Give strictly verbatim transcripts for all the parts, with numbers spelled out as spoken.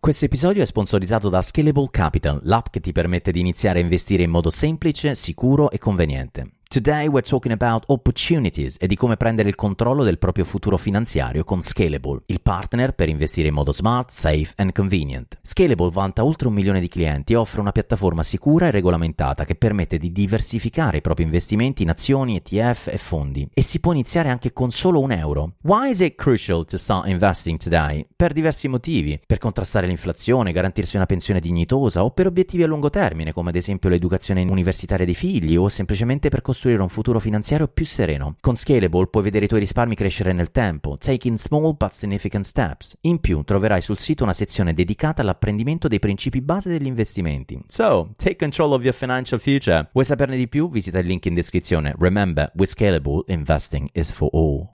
Questo episodio è sponsorizzato da Scalable Capital, l'app che ti permette di iniziare a investire in modo semplice, sicuro e conveniente. Today we're talking about opportunities e di come prendere il controllo del proprio futuro finanziario con Scalable, il partner per investire in modo smart, safe and convenient. Scalable vanta oltre un milione di clienti e offre una piattaforma sicura e regolamentata che permette di diversificare i propri investimenti in azioni, E T F e fondi. E si può iniziare anche con solo un euro. Why is it crucial to start investing today? Per diversi motivi. Per contrastare l'inflazione, garantirsi una pensione dignitosa o per obiettivi a lungo termine, come ad esempio l'educazione universitaria dei figli o semplicemente per costruire un futuro finanziario più sereno. Con Scalable puoi vedere i tuoi risparmi crescere nel tempo, taking small but significant steps. In più troverai sul sito una sezione dedicata all'apprendimento dei principi base degli investimenti. So, take control of your financial future. Vuoi saperne di più? Visita il link in descrizione. Remember, with Scalable, investing is for all.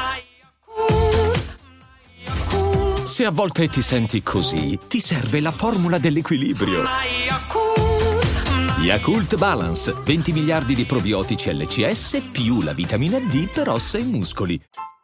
Se a volte ti senti così, ti serve la formula dell'equilibrio. Yakult Balance, venti miliardi di probiotici L C S più la vitamina D per ossa e muscoli.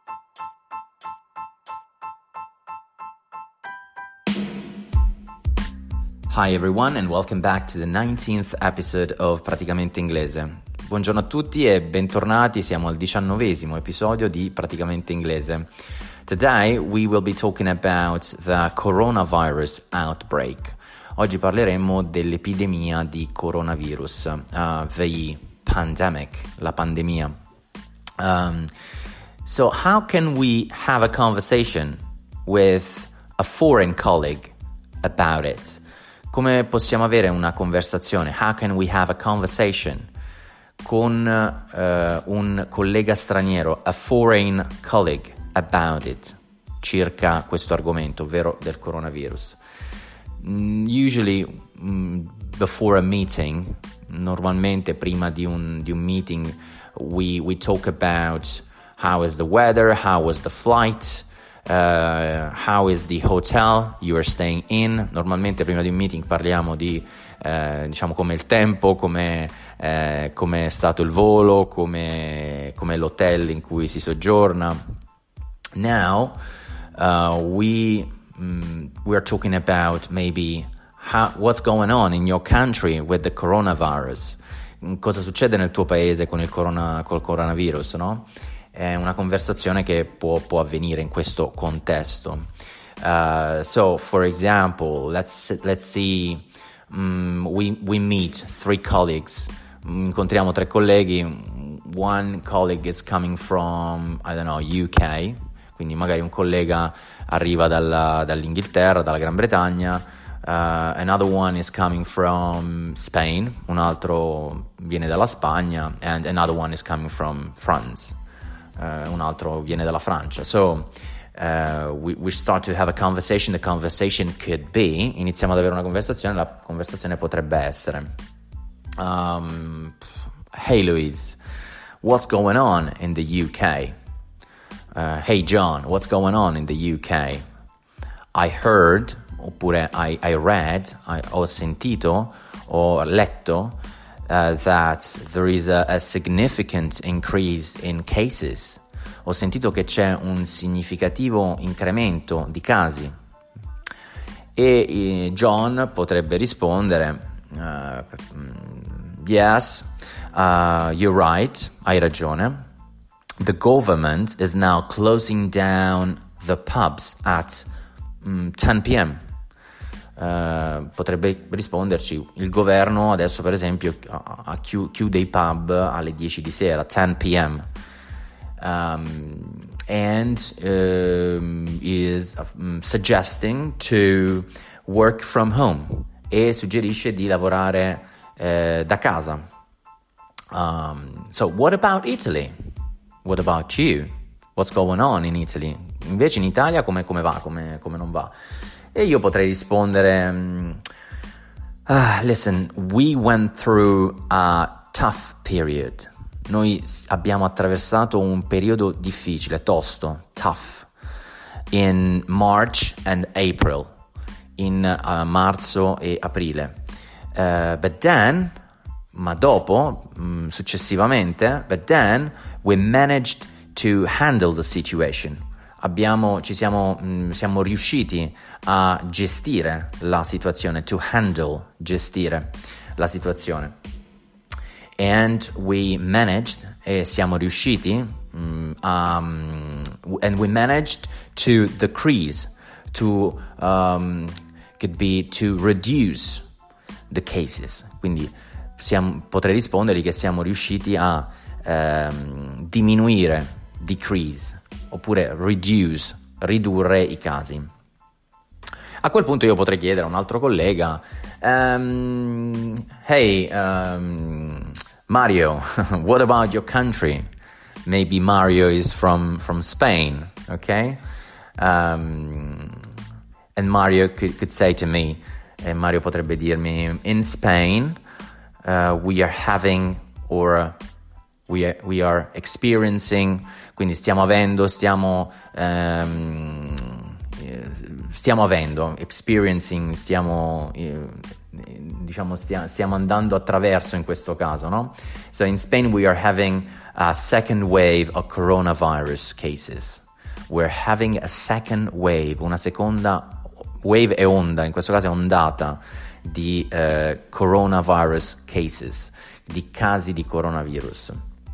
Hi everyone and welcome back to the nineteenth episode of Praticamente Inglese. Buongiorno a tutti e bentornati, siamo al diciannovesimo episodio di Praticamente Inglese. Today we will be talking about the coronavirus outbreak. Oggi parleremo dell'epidemia di coronavirus, uh, the pandemic, la pandemia. Um, so how can we have a conversation with a foreign colleague about it? Come possiamo avere una conversazione? How can we have a conversation con uh, un collega straniero, a foreign colleague, about it, circa questo argomento, ovvero del coronavirus? Usually mm, before a meeting, normalmente prima di un, di un meeting, we, we talk about how is the weather, how was the flight, uh, how is the hotel you are staying in. Normalmente prima di un meeting parliamo di eh, diciamo come il tempo, come eh, come è stato il volo, come come l'hotel in cui si soggiorna. Now uh, we Mm, we're talking about maybe how, what's going on in your country with the coronavirus. Cosa succede nel tuo paese con il corona, col coronavirus, no? È una conversazione che può, può avvenire in questo contesto. Uh, so, for example, let's let's see, um, we we meet three colleagues. Incontriamo tre colleghi. One colleague is coming from, I don't know, U K. Quindi magari un collega arriva dalla, dall'Inghilterra, dalla Gran Bretagna, uh, another one is coming from Spain, un altro viene dalla Spagna, and another one is coming from France, uh, un altro viene dalla Francia. So uh, we, we start to have a conversation, the conversation could be, iniziamo ad avere una conversazione, la conversazione potrebbe essere, um, hey Louise, what's going on in the U K? Uh, hey John, what's going on in the U K? I heard, oppure I, I read, I, ho sentito, ho letto uh, that there is a, a significant increase in cases. Ho sentito che c'è un significativo incremento di casi. E eh, John potrebbe rispondere, uh, yes, uh, you're right, hai ragione. The government is now closing down the pubs at mm, ten p.m. Uh, potrebbe risponderci, il governo adesso per esempio a, a chi, chiude i pub alle dieci di sera, ten p.m. Um, and um, is um, suggesting to work from home e suggerisce di lavorare eh, da casa. Um, so what about Italy? What about you? What's going on in Italy? Invece in Italia come, come va, come, come non va? E io potrei rispondere, um, ah, listen, we went through a tough period. Noi abbiamo attraversato un periodo difficile, tosto, tough, in March and April, in uh, marzo e aprile. Uh, but then, ma dopo, mh, successivamente, but then we managed to handle the situation. abbiamo, ci siamo, mh, siamo riusciti a gestire la situazione, to handle, gestire la situazione. And we managed, e siamo riusciti, um, um, and we managed to decrease, to, um, could be to reduce the cases. Quindi siamo, potrei rispondergli che siamo riusciti a um, diminuire, decrease, oppure reduce, ridurre i casi. A quel punto io potrei chiedere a un altro collega, um, hey, um, Mario, what about your country? Maybe Mario is from, from Spain, okay? Um, and Mario could, could say to me, e Mario potrebbe dirmi, in Spain uh, we are having, or we are, we are experiencing, quindi stiamo avendo, stiamo... Um, stiamo avendo, experiencing, stiamo, eh, diciamo, stia, stiamo andando attraverso in questo caso, no? So in Spain we are having a second wave of coronavirus cases. We're having a second wave, una seconda wave e onda, in questo caso è ondata di eh, coronavirus cases, di casi di coronavirus.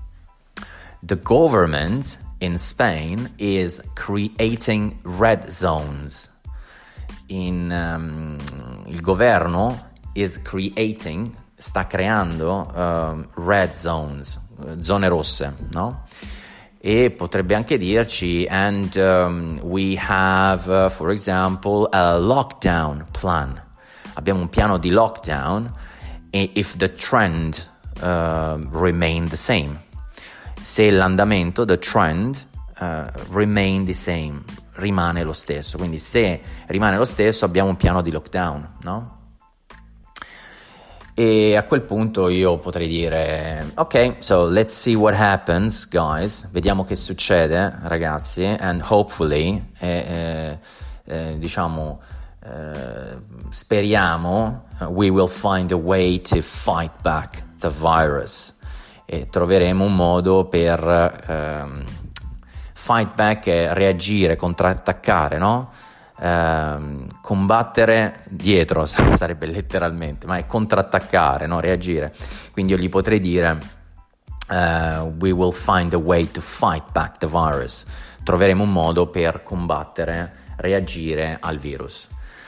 The government in Spain is creating red zones. In, um, il governo is creating, sta creando um, red zones, zone rosse, no? E potrebbe anche dirci, and um, we have, uh, for example, a lockdown plan. Abbiamo un piano di lockdown if the trend uh, remain the same. Se l'andamento, the trend, uh, remain the same, rimane lo stesso. Quindi se rimane lo stesso abbiamo un piano di lockdown, no? E a quel punto io potrei dire, ok, so let's see what happens, guys. Vediamo che succede, ragazzi, and hopefully, eh, eh, diciamo, eh, speriamo, we will find a way to fight back the virus. E troveremo un modo per um, fight back, è reagire, contrattaccare, no? Um, combattere dietro sarebbe letteralmente, ma è contrattaccare, no? Reagire. Quindi io gli potrei dire uh, we will find a way to fight back the virus. Troveremo un modo per combattere, reagire al virus.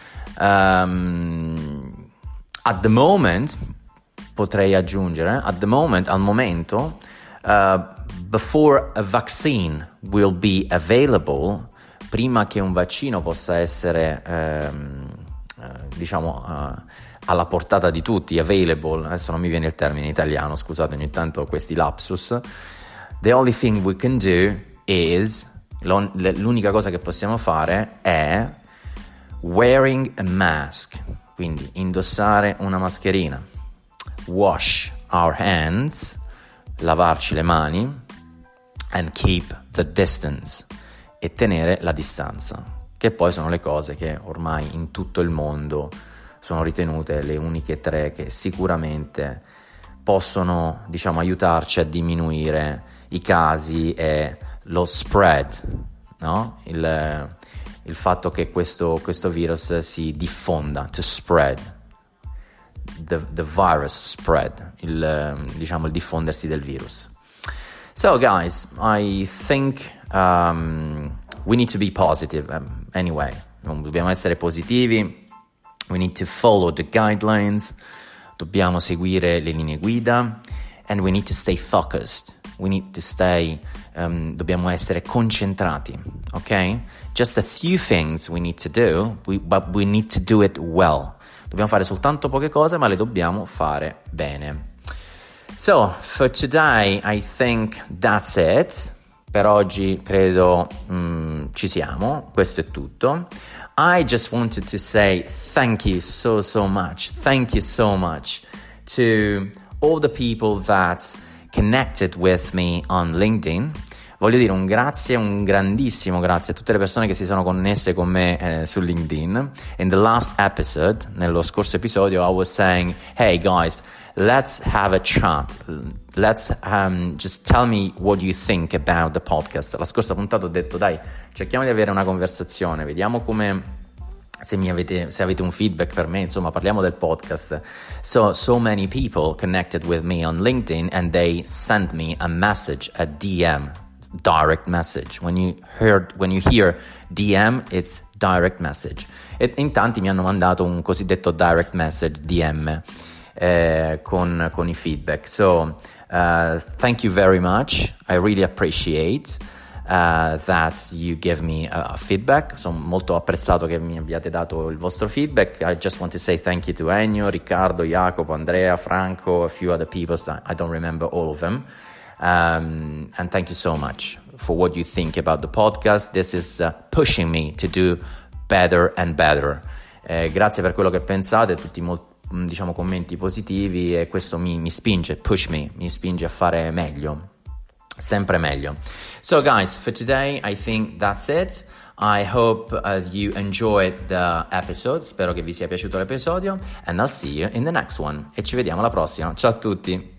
Um, at the moment, potrei aggiungere, at the moment, al momento, uh, before a vaccine will be available, prima che un vaccino possa essere, um, uh, diciamo, uh, alla portata di tutti, available, adesso non mi viene il termine in italiano, scusate, ogni tanto ho questi lapsus, the only thing we can do is, l'unica cosa che possiamo fare è wearing a mask, quindi indossare una mascherina, wash our hands, lavarci le mani, and keep the distance, e tenere la distanza, che poi sono le cose che ormai in tutto il mondo sono ritenute le uniche tre che sicuramente possono, diciamo, aiutarci a diminuire i casi e lo spread, no? Il, il fatto che questo, questo virus si diffonda, to spread, the, the virus spread, il, diciamo, il diffondersi del virus. So guys, I think um, we need to be positive um, anyway, dobbiamo essere positivi, we need to follow the guidelines, dobbiamo seguire le linee guida, and we need to stay focused, we need to stay, um, dobbiamo essere concentrati, ok? Just a few things we need to do, we, but we need to do it well. Dobbiamo fare soltanto poche cose, ma le dobbiamo fare bene. So, for today, I think that's it. Per oggi credo mm, ci siamo, questo è tutto. I just wanted to say thank you so, so much. Thank you so much to all the people that connected with me on LinkedIn. Voglio dire un grazie, un grandissimo grazie a tutte le persone che si sono connesse con me eh, su LinkedIn. In the last episode, nello scorso episodio, I was saying, hey guys, let's have a chat. Let's um, just tell me what you think about the podcast. La scorsa puntata ho detto, dai, cerchiamo di avere una conversazione, vediamo come... Se, mi avete, se avete un feedback per me, insomma, parliamo del podcast. So, so many people connected with me on LinkedIn and they sent me a message, a D M, direct message. When you heard, when you hear D M, it's direct message. E in tanti mi hanno mandato un cosiddetto direct message, D M, eh, con, con i feedback. So, uh, thank you very much. I really appreciate Uh, that you give me a uh, feedback. Sono molto apprezzato che mi abbiate dato il vostro feedback. I just want to say thank you to Ennio, Riccardo, Jacopo, Andrea, Franco, a few other people that I don't remember all of them. Um, and thank you so much for what you think about the podcast. This is uh, pushing me to do better and better. Eh, grazie per quello che pensate, tutti molto diciamo commenti positivi, e questo mi, mi spinge, push me, mi spinge a fare meglio. Sempre meglio. So guys, for today I think that's it. I hope uh, you enjoyed the episode. Spero che vi sia piaciuto l'episodio, and I'll see you in the next one. E ci vediamo alla prossima. Ciao a tutti.